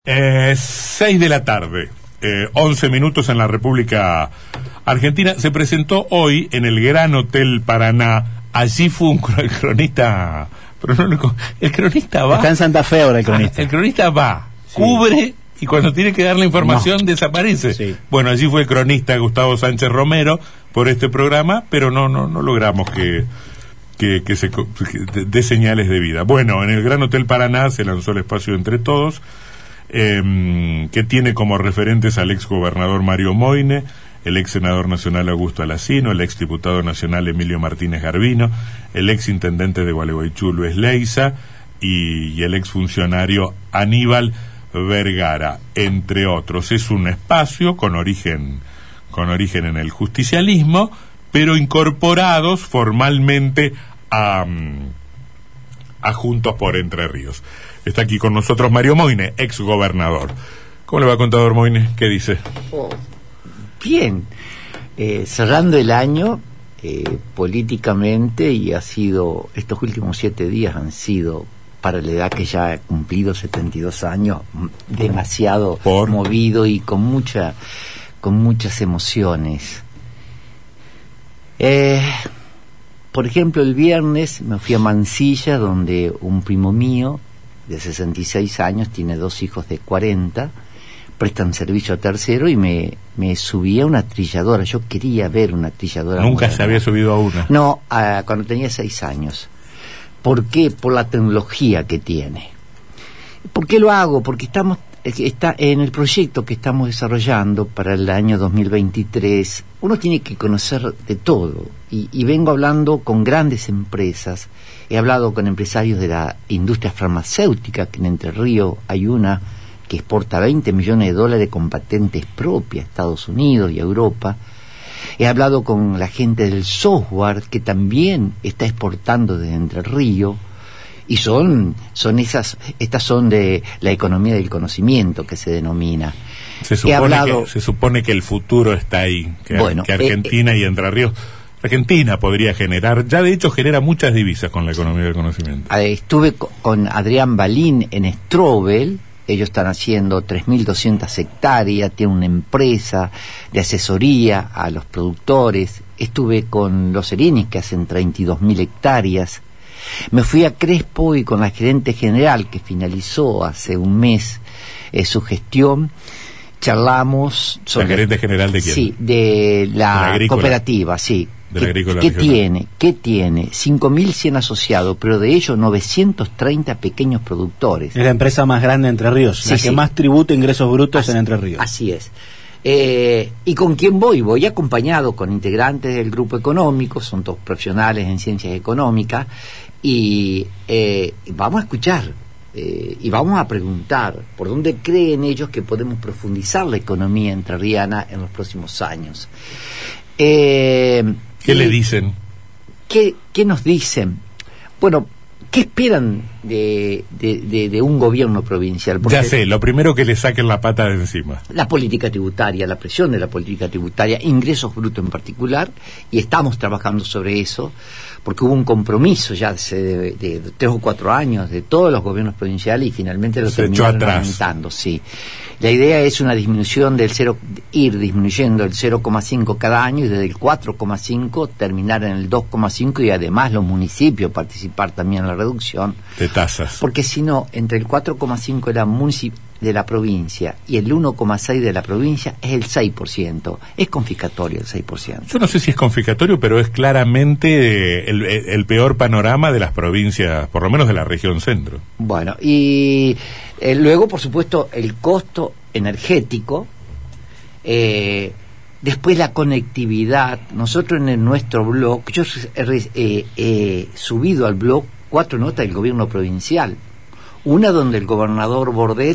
6 de la tarde, 11 minutos en la República Argentina. Se presentó hoy en el Gran Hotel Paraná. Allí fue el cronista, pero no, el cronista va. Está en Santa Fe ahora el cronista. El cronista va, sí, cubre, y cuando tiene que dar la información desaparece. Sí. Bueno, allí fue el cronista Gustavo Sánchez Romero por este programa, pero no logramos que se dé señales de vida. Bueno, en el Gran Hotel Paraná se lanzó el espacio Entre Todos, que tiene como referentes al ex gobernador Mario Moyne, el ex senador nacional Augusto Alsina, el ex diputado nacional Emilio Martínez Garbino, el ex intendente de Gualeguaychú Luis Leiza y el ex funcionario Aníbal Vergara, entre otros. Es un espacio con origen en el justicialismo, pero incorporados formalmente a Juntos por Entre Ríos. Está aquí con nosotros Mario Moyne, ex gobernador. ¿Cómo le va, contador Moyne? ¿Qué dice? Bien, cerrando el año políticamente, y estos últimos 7 días han sido, para la edad que ya he cumplido 72 años, demasiado movido y con muchas emociones. Por ejemplo, el viernes me fui a Mansilla, donde un primo mío de 66 años tiene 2 hijos de 40, prestan servicio a tercero, y me subí a una trilladora. Yo quería ver una trilladora. ¿Nunca se había subido a una? No, cuando tenía 6 años. ¿Por qué? Por la tecnología que tiene. ¿Por qué lo hago? Porque está en el proyecto que estamos desarrollando para el año 2023. Uno tiene que conocer de todo, y vengo hablando con grandes empresas. He hablado con empresarios de la industria farmacéutica, que en Entre Ríos hay una que exporta $20 millones con patentes propias a Estados Unidos y a Europa. He hablado con la gente del software, que también está exportando desde Entre Ríos. Y estas son de la economía del conocimiento, que se denomina. Se supone que el futuro está ahí, que Argentina y Entre Ríos. Argentina podría generar, ya de hecho genera muchas divisas con la economía del conocimiento. Estuve con Adrián Balín en Strobel. Ellos están haciendo 3.200 hectáreas, tienen una empresa de asesoría a los productores. Estuve con los Serinis, que hacen 32.000 hectáreas. Me fui a Crespo, y con la gerente general, que finalizó hace un mes su gestión, charlamos sobre... ¿La gerente general de quién? Sí, de la cooperativa, sí. ¿Qué tiene? 5.100 asociados, pero de ellos 930 pequeños productores. Es la empresa más grande de Entre Ríos, sí, la que más tributa ingresos brutos en Entre Ríos. Así es. ¿Y con quién voy? Voy acompañado con integrantes del grupo económico, son todos profesionales en ciencias económicas, y vamos a escuchar y vamos a preguntar por dónde creen ellos que podemos profundizar la economía entrerriana en los próximos años. ¿Qué le dicen? ¿Qué nos dicen? Bueno, ¿qué esperan de un gobierno provincial? Porque ya sé, lo primero, que le saquen la pata de encima. La política tributaria, la presión de la política tributaria, ingresos brutos en particular, y estamos trabajando sobre eso, porque hubo un compromiso ya de 3 o 4 años de todos los gobiernos provinciales, y finalmente lo terminaron aumentando. Sí. La idea es una disminución ir disminuyendo el 0,5 cada año, y desde el 4,5 terminar en el 2,5, y además los municipios participar también en la reducción de tasas. Porque si no, entre el 4,5 de la provincia y el 1,6 de la provincia es el 6%. Es confiscatorio el 6%. Yo no sé si es confiscatorio, pero es claramente el peor panorama de las provincias, por lo menos de la región centro. Bueno, y luego, por supuesto, el costo energético, después la conectividad. Nosotros en nuestro blog, yo he subido al blog 4 notas del gobierno provincial. Una donde el gobernador Bordet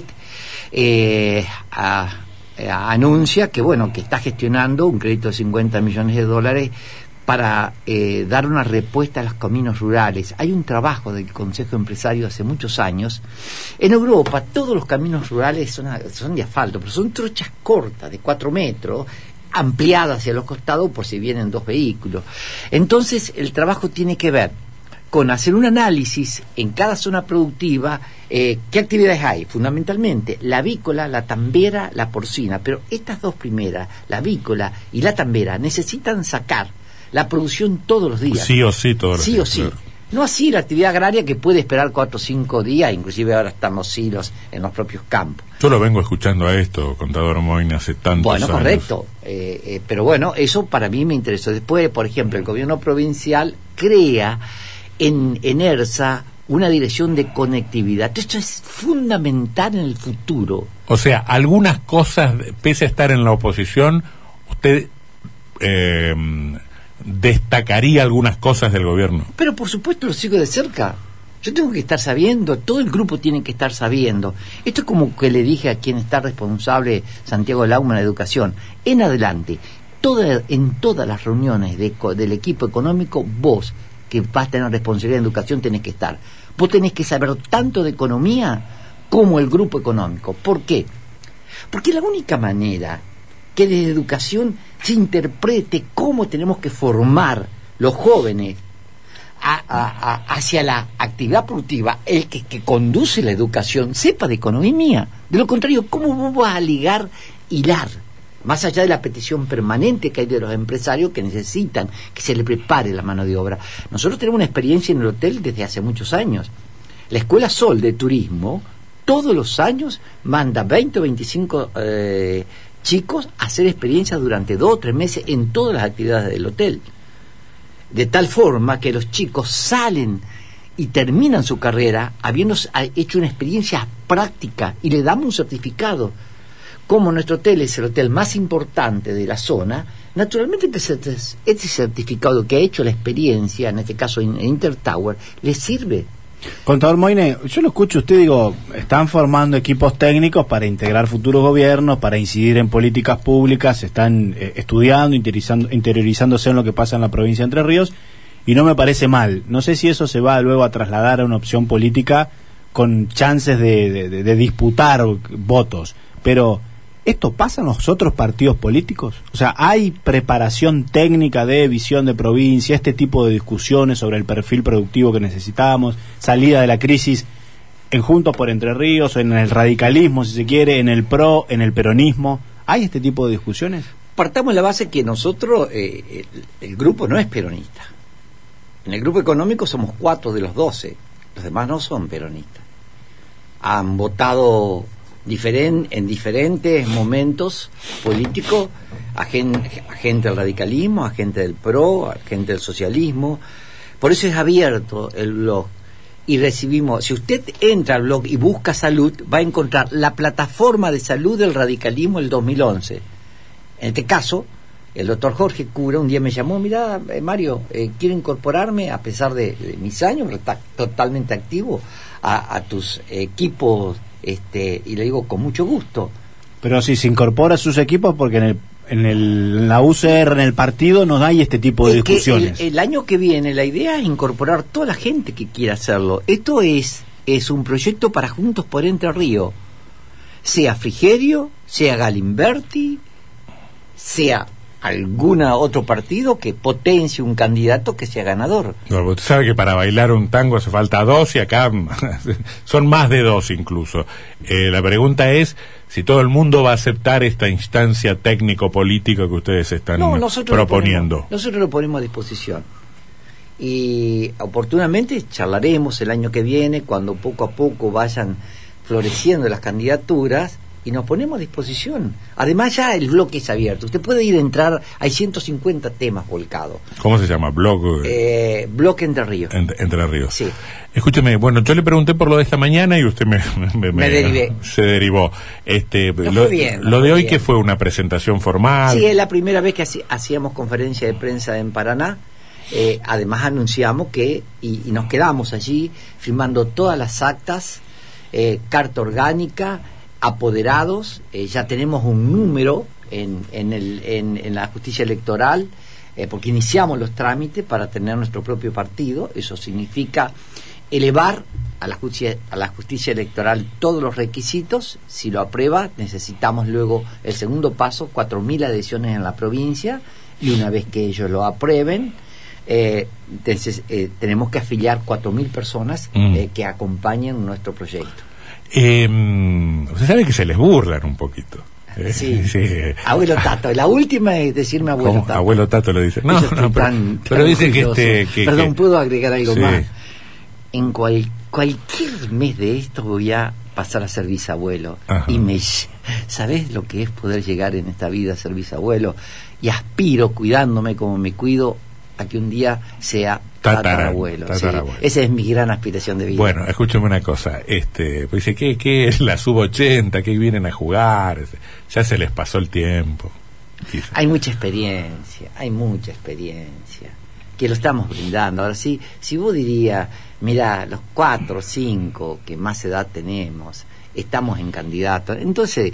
anuncia que está gestionando un crédito de $50 millones para dar una respuesta a los caminos rurales. Hay un trabajo del Consejo Empresario hace muchos años. En Europa todos los caminos rurales son de asfalto, pero son trochas cortas de 4 metros, ampliadas hacia los costados por si vienen 2 vehículos. Entonces el trabajo tiene que ver con hacer un análisis en cada zona productiva, qué actividades hay, fundamentalmente la avícola, la tambera, la porcina, pero estas dos primeras, la avícola y la tambera, necesitan sacar la producción todos los días. Sí o sí, todos los días. Sí o sí. Claro. No así la actividad agraria que puede esperar 4 o 5 días, inclusive ahora están los silos en los propios campos. Yo lo vengo escuchando a esto, contador Moyne, hace tantos años. Bueno, correcto. Pero bueno, eso para mí me interesó. Después, por ejemplo, el gobierno provincial crea en ERSA una dirección de conectividad. Esto es fundamental en el futuro. O sea, algunas cosas, pese a estar en la oposición, usted destacaría algunas cosas del gobierno. Pero por supuesto lo sigo de cerca. Yo tengo que estar sabiendo, todo el grupo tiene que estar sabiendo. Esto es como que le dije a quien está responsable, Santiago Lauma, en la educación. En adelante, en todas las reuniones del equipo económico, vos, que vas a tener responsabilidad en educación, tenés que estar. Vos tenés que saber tanto de economía como el grupo económico. ¿Por qué? Porque la única manera que desde educación se interprete cómo tenemos que formar los jóvenes hacia la actividad productiva, el que conduce la educación sepa de economía. De lo contrario, ¿cómo vos vas a hilar? Más allá de la petición permanente que hay de los empresarios que necesitan que se le prepare la mano de obra. Nosotros tenemos una experiencia en el hotel desde hace muchos años. La Escuela Sol de Turismo todos los años manda 20 o 25 chicos a hacer experiencias durante 2 o 3 meses en todas las actividades del hotel. De tal forma que los chicos salen y terminan su carrera habiendo hecho una experiencia práctica y le damos un certificado. Como nuestro hotel es el hotel más importante de la zona, naturalmente este certificado que ha hecho la experiencia, en este caso en Intertower, le sirve. Contador Moyne, yo lo escucho, usted están formando equipos técnicos para integrar futuros gobiernos, para incidir en políticas públicas, están estudiando, interiorizándose en lo que pasa en la provincia de Entre Ríos, y no me parece mal. No sé si eso se va luego a trasladar a una opción política con chances de disputar votos, pero ¿esto pasa en los otros partidos políticos? O sea, ¿hay preparación técnica de visión de provincia, este tipo de discusiones sobre el perfil productivo que necesitamos, salida de la crisis en Juntos por Entre Ríos, o en el radicalismo, si se quiere, en el PRO, en el peronismo? ¿Hay este tipo de discusiones? Partamos de la base que nosotros, el grupo no es peronista. En el grupo económico somos 4 de los 12, los demás no son peronistas. Han votado en diferentes momentos políticos a gente del radicalismo, a gente del PRO, a gente del socialismo. Por eso es abierto el blog y recibimos, si usted entra al blog y busca salud, va a encontrar la plataforma de salud del radicalismo del 2011. En este caso, el doctor Jorge Cura un día me llamó: mira, Mario, quiero incorporarme a pesar de mis años, está totalmente activo a tus equipos. Y le digo, con mucho gusto. Pero si se incorpora a sus equipos, porque en la UCR, en el partido, no hay este tipo de discusiones. El año que viene la idea es incorporar toda la gente que quiera hacerlo. Esto es un proyecto para Juntos por Entre Ríos, sea Frigerio, sea Galimberti, sea algún otro partido que potencie un candidato que sea ganador. No, usted sabe que para bailar un tango hace falta 2 y acá son más de 2 incluso. La pregunta es si todo el mundo va a aceptar esta instancia técnico-política que ustedes están proponiendo. Nosotros lo ponemos a disposición. Y oportunamente charlaremos el año que viene, cuando poco a poco vayan floreciendo las candidaturas, y nos ponemos a disposición. Además ya el bloque es abierto. Usted puede entrar, hay 150 temas volcados. ¿Cómo se llama? Bloque Entre Ríos. Entre Ríos. Sí. Escúcheme, bueno, yo le pregunté por lo de esta mañana y usted me derivé. Se derivó. Lo de hoy, ¿qué fue? ¿Una presentación formal? Sí, es la primera vez que hacíamos conferencia de prensa en Paraná. Además anunciamos que, y nos quedamos allí firmando todas las actas, carta orgánica, apoderados, ya tenemos un número en la justicia electoral, porque iniciamos los trámites para tener nuestro propio partido. Eso significa elevar a la justicia electoral todos los requisitos. Si lo aprueba, necesitamos luego el segundo paso, 4.000 adhesiones en la provincia, y una vez que ellos lo aprueben, Entonces tenemos que afiliar 4.000 personas que acompañen nuestro proyecto. Usted sabe que se les burlan un poquito. Sí. Abuelo Tato, la última es decirme abuelo Tato. Abuelo Tato lo dice. No, pero dice que perdón, ¿puedo agregar algo más? En cualquier mes de esto voy a pasar a ser bisabuelo. Ajá. Y ¿sabés lo que es poder llegar en esta vida a ser bisabuelo? Y aspiro, cuidándome como me cuido, a que un día sea tatarabuelo. Sí. Esa es mi gran aspiración de vida. Bueno, escúcheme una cosa, pues dice, ¿qué es la sub-80? ¿Qué vienen a jugar? Ya se les pasó el tiempo. Quizá. Hay mucha experiencia, que lo estamos brindando. Ahora sí, si vos dirías, mira, los 4 o 5 que más edad tenemos, estamos en candidatos, entonces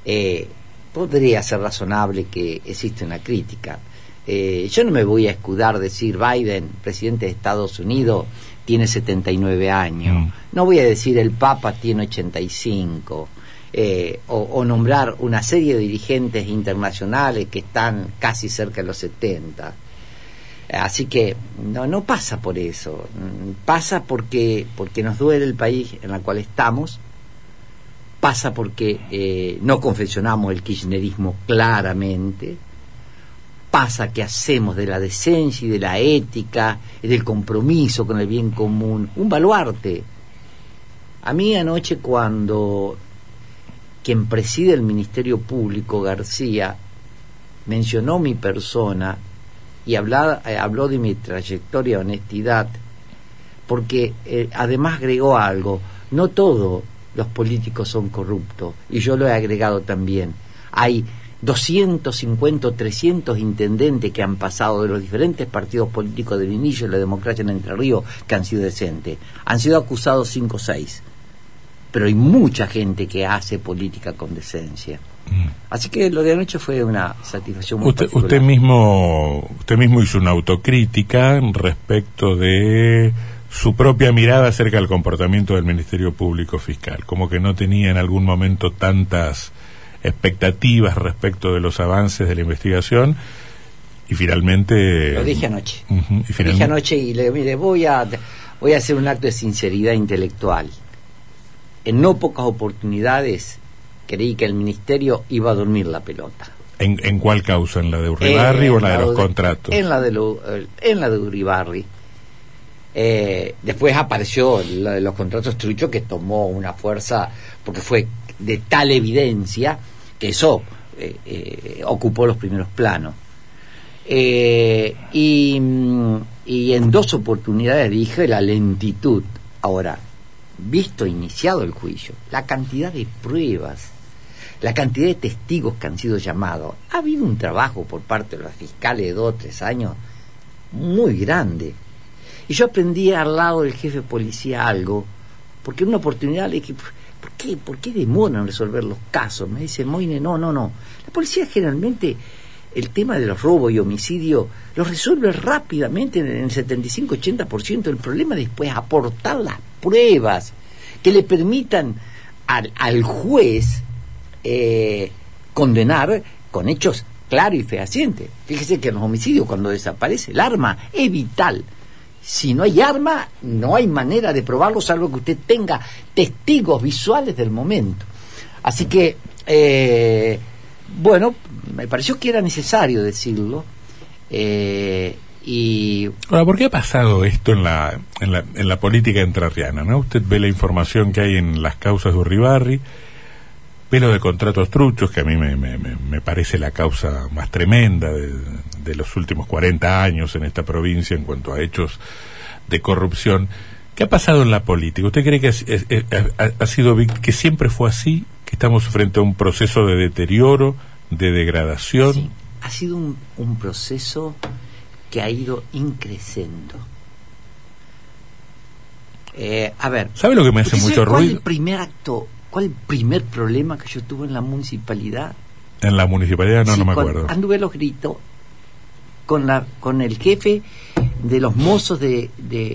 podría ser razonable que existe una crítica. Yo no me voy a escudar decir Biden, presidente de Estados Unidos, tiene 79 años. No voy a decir el Papa tiene 85. O nombrar una serie de dirigentes internacionales que están casi cerca de los 70. Así que no pasa por eso. Pasa porque nos duele el país en el cual estamos. Pasa porque no confeccionamos el kirchnerismo claramente. Pasa que hacemos de la decencia y de la ética y del compromiso con el bien común un baluarte. A mí anoche, cuando quien preside el Ministerio Público, García, mencionó mi persona y habló de mi trayectoria, honestidad, porque además agregó algo: no todos los políticos son corruptos, y yo lo he agregado también. Hay 250 o 300 intendentes que han pasado de los diferentes partidos políticos del inicio de la democracia en Entre Ríos que han sido decentes. Han sido acusados 5 o 6. Pero hay mucha gente que hace política con decencia. Así que lo de anoche fue una satisfacción muy particular. Usted mismo hizo una autocrítica respecto de su propia mirada acerca del comportamiento del Ministerio Público Fiscal, como que no tenía en algún momento tantas expectativas respecto de los avances de la investigación, y finalmente lo dije anoche. Lo dije anoche y mire, voy a hacer un acto de sinceridad intelectual. En no pocas oportunidades creí que el ministerio iba a dormir la pelota. ¿En cuál causa? ¿En la de Uribarri o en la de los contratos? En la de Uribarri. Después apareció la de los contratos truchos, que tomó una fuerza porque fue de tal evidencia que eso ocupó los primeros planos. Y en 2 oportunidades dije la lentitud. Ahora, visto iniciado el juicio, la cantidad de pruebas, la cantidad de testigos que han sido llamados, ha habido un trabajo por parte de los fiscales de 2 o 3 años muy grande. Y yo aprendí al lado del jefe de policía algo, porque en una oportunidad le dije, ¿por qué demoran en resolver los casos? Me dice Moine, no. La policía generalmente el tema de los robos y homicidios lo resuelve rápidamente en el 75-80%. El problema después es aportar las pruebas que le permitan al juez condenar con hechos claros y fehacientes. Fíjese que en los homicidios, cuando desaparece el arma, es vital. Si no hay arma, no hay manera de probarlo, salvo que usted tenga testigos visuales del momento. Así que, bueno, me pareció que era necesario decirlo. Y ahora, ¿por qué ha pasado esto en la política entrerriana, ¿no? Usted ve la información que hay en las causas de Uribarri, ve lo de contratos truchos, que a mí me parece la causa más tremenda de los últimos 40 años en esta provincia en cuanto a hechos de corrupción. ¿Qué ha pasado en la política? ¿Usted cree que ha sido, que siempre fue así, que estamos frente a un proceso de deterioro, de degradación? Sí, ha sido un proceso que ha ido increciendo. A ver, ¿sabe lo que me hace mucho ruido? ¿Cuál el primer problema que yo tuve en la municipalidad? En la municipalidad no me acuerdo. Anduve los gritos con el jefe de los mozos de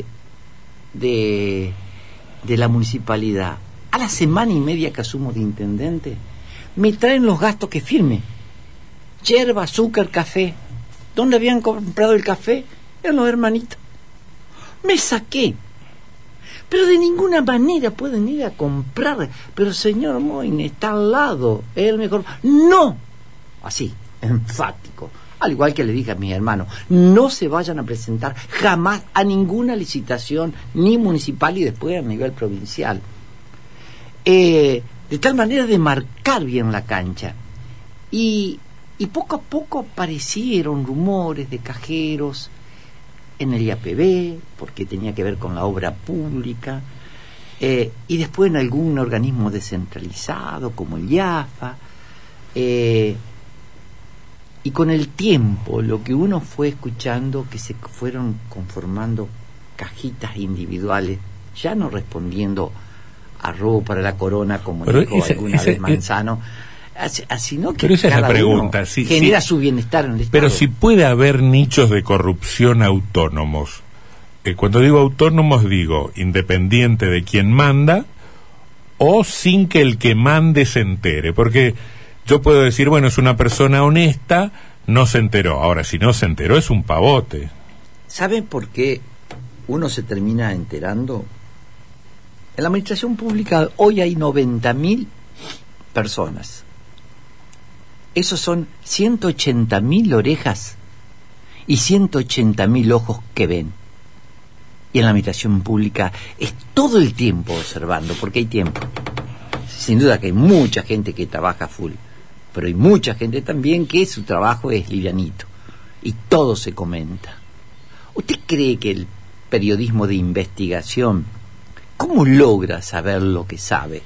la municipalidad. A la semana y media que asumo de intendente, me traen los gastos que firme: yerba, azúcar, café. ¿Dónde habían comprado el café? eran los hermanitos. Me saqué. Pero de ninguna manera pueden ir a comprar. Pero señor Moyne, está al lado, es el mejor. ¡No! Así, enfático. Al igual que le dije a mis hermanos, no se vayan a presentar jamás a ninguna licitación, ni municipal y después a nivel provincial. De tal manera de marcar bien la cancha. Y poco a poco aparecieron rumores de cajeros en el IAPB, porque tenía que ver con la obra pública, y después en algún organismo descentralizado, como el IAFA, y con el tiempo lo que uno fue escuchando, que se fueron conformando cajitas individuales, ya no respondiendo a robo para la corona, como dijo alguna vez Manzano, sino que pero esa cada es la pregunta, uno genera su bienestar en el Estado. Pero si puede haber nichos de corrupción autónomos, cuando digo autónomos digo independiente de quien manda o sin que el que mande se entere, porque yo puedo decir, bueno, es una persona honesta, no se enteró. Ahora, si no se enteró, es un pavote. ¿Saben por qué uno se termina enterando? En la administración pública hoy hay 90.000 personas. Esos son 180.000 orejas y 180.000 ojos que ven. Y en la administración pública es todo el tiempo observando, porque hay tiempo. Sin duda que hay mucha gente que trabaja full, pero hay mucha gente también que su trabajo es livianito y todo se comenta. ¿Usted cree que el periodismo de investigación, cómo logra saber lo que sabe?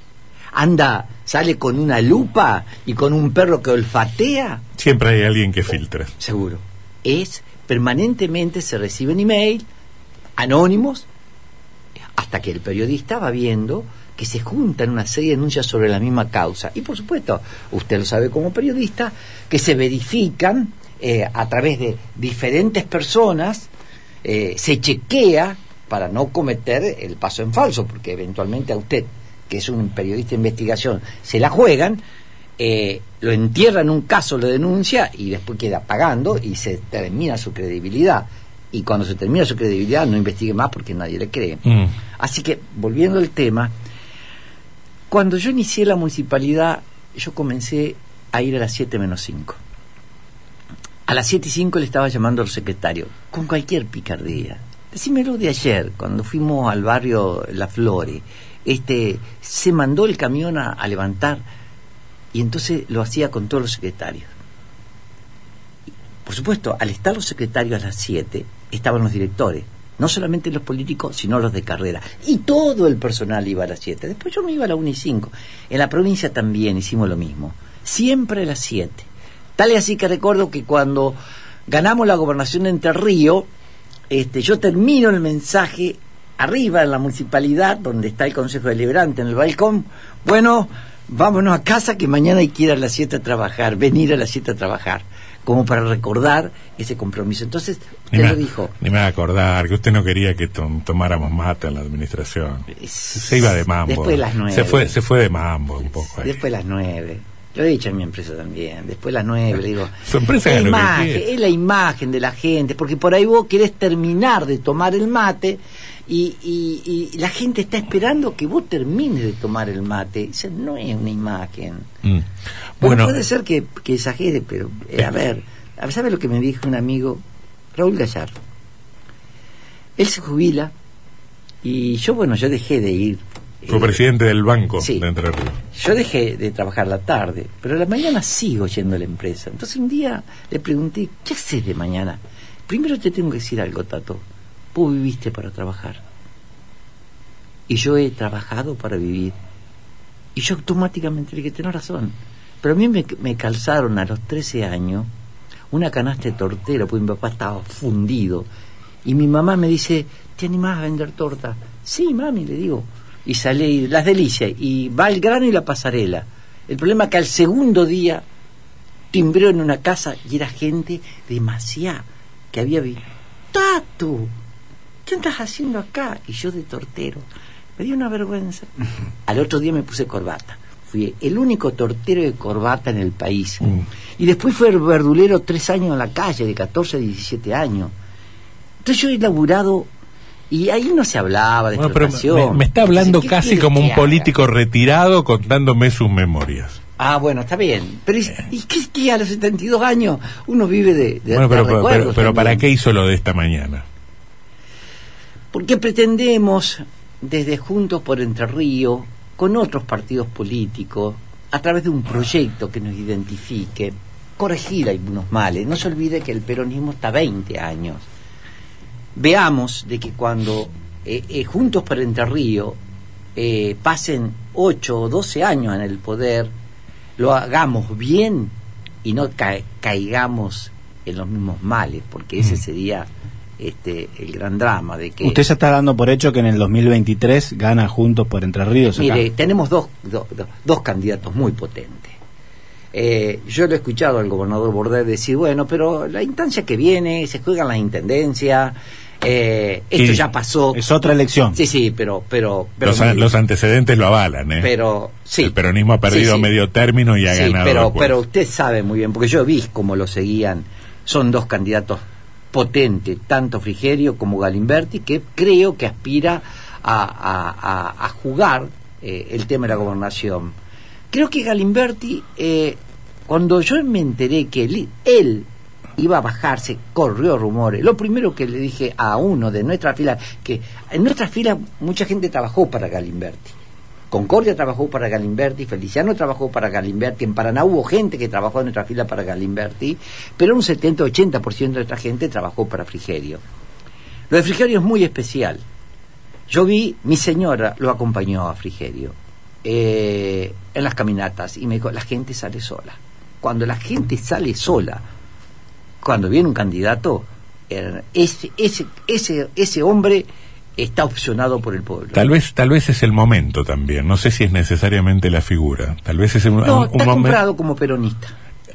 Sale con una lupa y con un perro que olfatea. Siempre hay alguien que filtra. Seguro. Permanentemente se reciben email anónimos, hasta que el periodista va viendo que se juntan una serie de denuncias sobre la misma causa. Y por supuesto, usted lo sabe como periodista, que se verifican a través de diferentes personas, se chequea para no cometer el paso en falso, porque eventualmente a usted, que es un periodista de investigación, se la juegan, lo entierra en un caso, lo denuncia y después queda pagando y se termina su credibilidad. Y cuando se termina su credibilidad no investigue más porque nadie le cree. Así que, volviendo al tema, cuando yo inicié la municipalidad, yo comencé a ir a las 7 menos 5. A las 7:05 le estaba llamando al secretario, con cualquier picardía. Decímelo de ayer, cuando fuimos al barrio La Flore, se mandó el camión a levantar, y entonces lo hacía con todos los secretarios. Por supuesto, al estar los secretarios a las 7, estaban los directores, no solamente los políticos, sino los de carrera, y todo el personal iba a las 7. Después yo me iba a la 1:05. En la provincia también hicimos lo mismo, siempre a las 7. Tal es así que recuerdo que cuando ganamos la gobernación de Entre Ríos, yo termino el mensaje arriba en la municipalidad, donde está el Consejo Deliberante, en el balcón. Bueno, vámonos a casa, que mañana hay que ir a las 7 a trabajar, venir a las 7 a trabajar, como para recordar ese compromiso. Entonces, usted lo dijo. Ni me va a acordar, que usted no quería que tomáramos mate en la administración. Se iba de mambo. Después de las 9. Se fue de mambo un poco. Después de las 9. Lo he dicho en mi empresa también. Después de las 9, le digo. Su empresa es la imagen de la gente, porque por ahí vos querés terminar de tomar el mate y la gente está esperando que vos termines de tomar el mate. Eso no es una imagen. Bueno, puede ser que exagere, pero a ver, ¿sabe lo que me dijo un amigo? Raúl Gallardo. Él se jubila y yo dejé de ir. Fue presidente del banco sí, de Entre Ríos. Yo dejé de trabajar la tarde, pero a la mañana sigo yendo a la empresa. Entonces un día le pregunté, ¿qué haces de mañana? Primero te tengo que decir algo, Tato. Vos viviste para trabajar. Y yo he trabajado para vivir. Y yo automáticamente le dije, tenés razón. Pero a mí me calzaron a los 13 años una canasta de tortero, porque mi papá estaba fundido. Y mi mamá me dice, ¿te animás a vender torta? Sí, mami, le digo. Y sale Las Delicias, y va el grano y la pasarela. El problema es que al segundo día timbró en una casa y era gente demasiada que había visto. ¡Tato! ¿Qué andas haciendo acá? Y yo de tortero. Me dio una vergüenza. Al otro día me puse corbata. Fui el único tortero de corbata en el país. Y después fui verdulero 3 años en la calle, de 14 a 17 años. Entonces yo he laburado, y ahí no se hablaba de explotación. Pero me está hablando casi como un político retirado contándome sus memorias. Ah, bueno, está bien. Pero ¿y qué a los 72 años uno vive de recuerdos? Pero ¿para qué hizo lo de esta mañana? Porque pretendemos, desde Juntos por Entre Ríos, con otros partidos políticos, a través de un proyecto que nos identifique, corregir algunos males. No se olvide que el peronismo está 20 años. Veamos de que cuando Juntos por Entre Ríos pasen 8 o 12 años en el poder, lo hagamos bien y no caigamos en los mismos males, porque ese sería el gran drama de que... ¿Usted se está dando por hecho que en el 2023 gana Juntos por Entre Ríos acá? Mire, tenemos dos candidatos muy potentes. Yo lo he escuchado al gobernador Bordet decir, bueno, pero la instancia que viene, se juegan las intendencias, esto ya pasó. Es otra elección. Sí, pero los antecedentes lo avalan, ¿eh? Pero sí. El peronismo ha perdido medio término y ha ganado. Pero usted sabe muy bien, porque yo vi cómo lo seguían. Son dos candidatos potentes, tanto Frigerio como Galimberti, que creo que aspira a jugar el tema de la gobernación. Creo que Galimberti, cuando yo me enteré que él iba a bajarse, corrió rumores. Lo primero que le dije a uno de nuestra fila, que en nuestra fila mucha gente trabajó para Galimberti. Concordia trabajó para Galimberti, Feliciano trabajó para Galimberti, en Paraná hubo gente que trabajó en nuestra fila para Galimberti, pero un 70-80% de nuestra gente trabajó para Frigerio. Lo de Frigerio es muy especial. Yo vi, mi señora lo acompañó a Frigerio en las caminatas y me dijo, la gente sale sola. Cuando la gente sale sola, cuando viene un candidato, ese hombre está opcionado por el pueblo. Tal vez es el momento también. No sé si es necesariamente la figura. Tal vez es está comprado como peronista.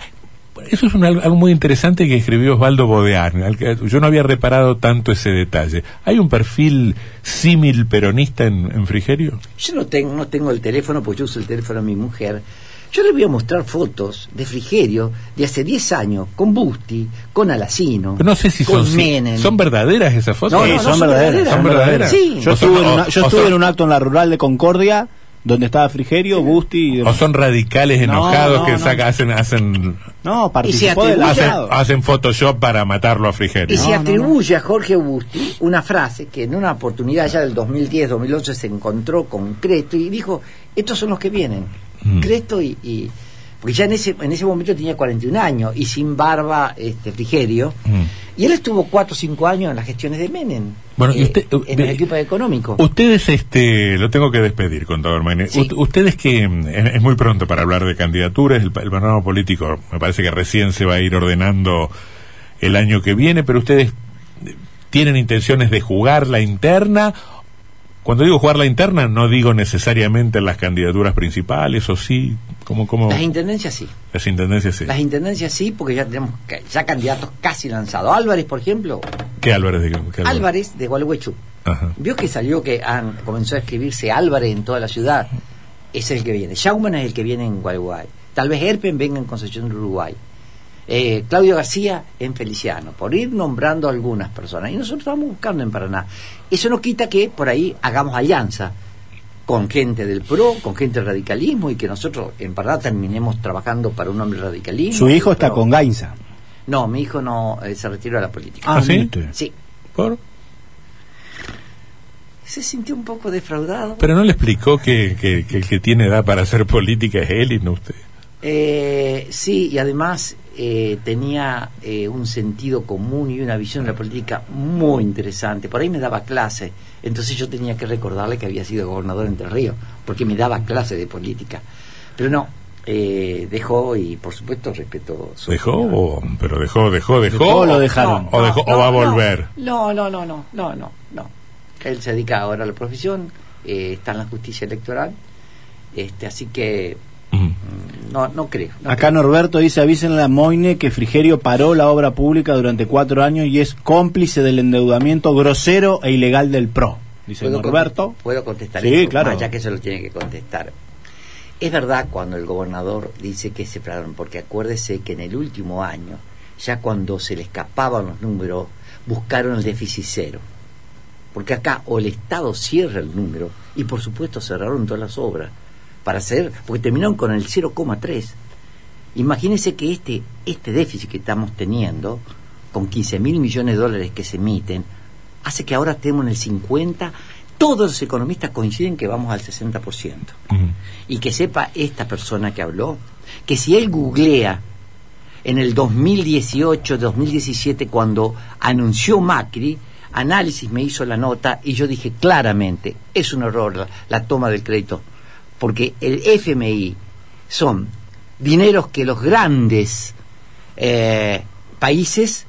Eso es algo muy interesante que escribió Osvaldo Bodean. Yo no había reparado tanto ese detalle. ¿Hay un perfil símil peronista en Frigerio? Yo no tengo el teléfono, porque yo uso el teléfono de mi mujer. Yo le voy a mostrar fotos de Frigerio de hace 10 años, con Busti, con Alacino, no sé si con Menem. ¿Son verdaderas esas fotos? No, son verdaderas. ¿Son verdaderas? Sí. Yo estuve en un acto en la rural de Concordia, donde estaba Frigerio, Busti... ¿O son radicales enojados hacen... No, participó del acto. Hacen Photoshop para matarlo a Frigerio. Y se atribuye a Jorge Busti una frase que en una oportunidad ya del 2010-2011 se encontró con Cresto y dijo, estos son los que vienen. Cresto y porque ya en ese momento tenía 41 años y sin barba Frigerio, y él estuvo 4 o 5 años en las gestiones de Menem. Bueno, y usted, en el equipo económico. Ustedes, lo tengo que despedir, contador Menem. Sí. Ustedes que es muy pronto para hablar de candidaturas, el panorama político me parece que recién se va a ir ordenando el año que viene, pero ustedes tienen intenciones de jugar la interna. Cuando digo jugar la interna, no digo necesariamente en las candidaturas principales, o sí, ¿cómo? Las intendencias sí. Las intendencias sí. Las intendencias sí, porque ya tenemos ya candidatos casi lanzados. Álvarez, por ejemplo. ¿Qué Álvarez? Álvarez de Gualeguaychú. Vio que salió que comenzó a escribirse Álvarez en toda la ciudad. Ese es el que viene. Schaumann es el que viene en Gualeguay. Tal vez Herpen venga en Concepción del Uruguay. Claudio García en Feliciano, por ir nombrando algunas personas, y nosotros vamos buscando en Paraná. Eso no quita que por ahí hagamos alianza con gente del PRO, con gente del radicalismo, y que nosotros en Paraná terminemos trabajando para un hombre radicalismo. Su hijo está con Gainza. No, mi hijo no se retiró de la política. ¿Ah, sí? Sí. ¿Por? Se sintió un poco defraudado. Pero no le explicó que el que tiene edad para hacer política es él y no usted. Sí, y además tenía un sentido común y una visión de la política muy interesante. Por ahí me daba clase, entonces yo tenía que recordarle que había sido gobernador de Entre Ríos, porque me daba clase de política. Pero no, dejó y por supuesto respetó su opinión. Pero dejó ¿Dejó o lo dejaron? ¿O va a volver? No. Él se dedica ahora a la profesión, está en la justicia electoral, así que no creo. Acá Norberto dice, avísenle a Moine que Frigerio paró la obra pública durante 4 años y es cómplice del endeudamiento grosero e ilegal del PRO. Dice Norberto. ¿Puedo contestar sí, eso? Claro. Ya que se lo tiene que contestar. Es verdad cuando el gobernador dice que se pararon, porque acuérdese que en el último año ya cuando se le escapaban los números, buscaron el déficit cero. Porque acá o el Estado cierra el número, y por supuesto cerraron todas las obras, porque terminaron con el 0,3. Imagínense que este déficit que estamos teniendo, con 15.000 millones de dólares que se emiten, hace que ahora estemos en el 50%. Todos los economistas coinciden que vamos al 60%. Y que sepa esta persona que habló, que si él googlea en el 2018, 2017, cuando anunció Macri, Análisis me hizo la nota y yo dije claramente, es un error la toma del crédito, porque el FMI son dineros que los grandes países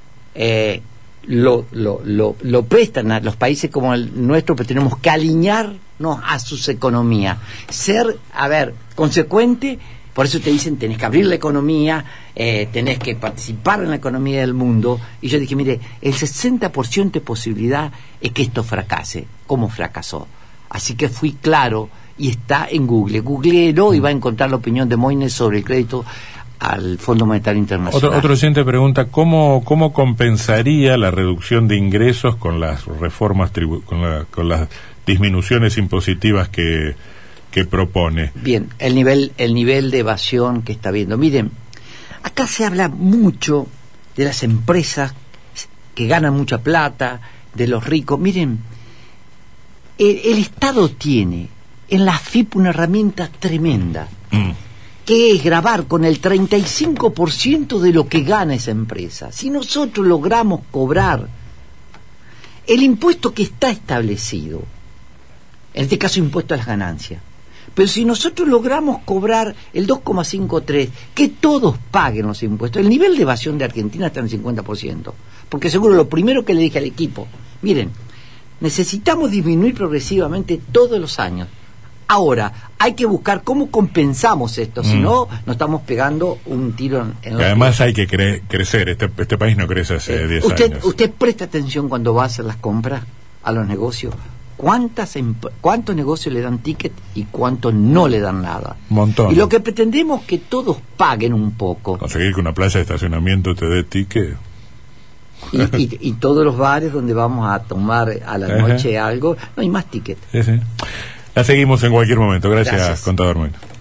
lo prestan a los países como el nuestro, pero tenemos que alinearnos a sus economías, ser, consecuente. Por eso te dicen, tenés que abrir la economía, tenés que participar en la economía del mundo. Y yo dije, mire, el 60% de posibilidad es que esto fracase. ¿Cómo fracasó? Así que fui claro, y está en Google. Googleelo y va a encontrar la opinión de Moines sobre el crédito al Fondo Monetario Internacional. Otro oyente pregunta, ¿cómo compensaría la reducción de ingresos con las reformas, con las disminuciones impositivas que propone? Bien, el nivel de evasión que está habiendo. Miren, acá se habla mucho de las empresas que ganan mucha plata, de los ricos. Miren, el Estado tiene en la FIP una herramienta tremenda, que es gravar con el 35% de lo que gana esa empresa. Si nosotros logramos cobrar el impuesto que está establecido, en este caso impuesto a las ganancias, pero si nosotros logramos cobrar el 2,53, que todos paguen los impuestos, el nivel de evasión de Argentina está en el 50%. Porque seguro lo primero que le dije al equipo, miren, necesitamos disminuir progresivamente todos los años. Ahora, hay que buscar cómo compensamos esto, si no, nos estamos pegando un tiro en los además pies. Hay que crecer, este país no crece hace 10 años. Usted presta atención cuando va a hacer las compras a los negocios. ¿Cuántos negocios le dan ticket y cuántos no le dan nada? Montón. Y lo que pretendemos es que todos paguen un poco. Conseguir que una plaza de estacionamiento te dé ticket. Y todos los bares donde vamos a tomar a la noche algo, no hay más ticket. Sí. La seguimos en cualquier momento. Gracias. Contador Moines.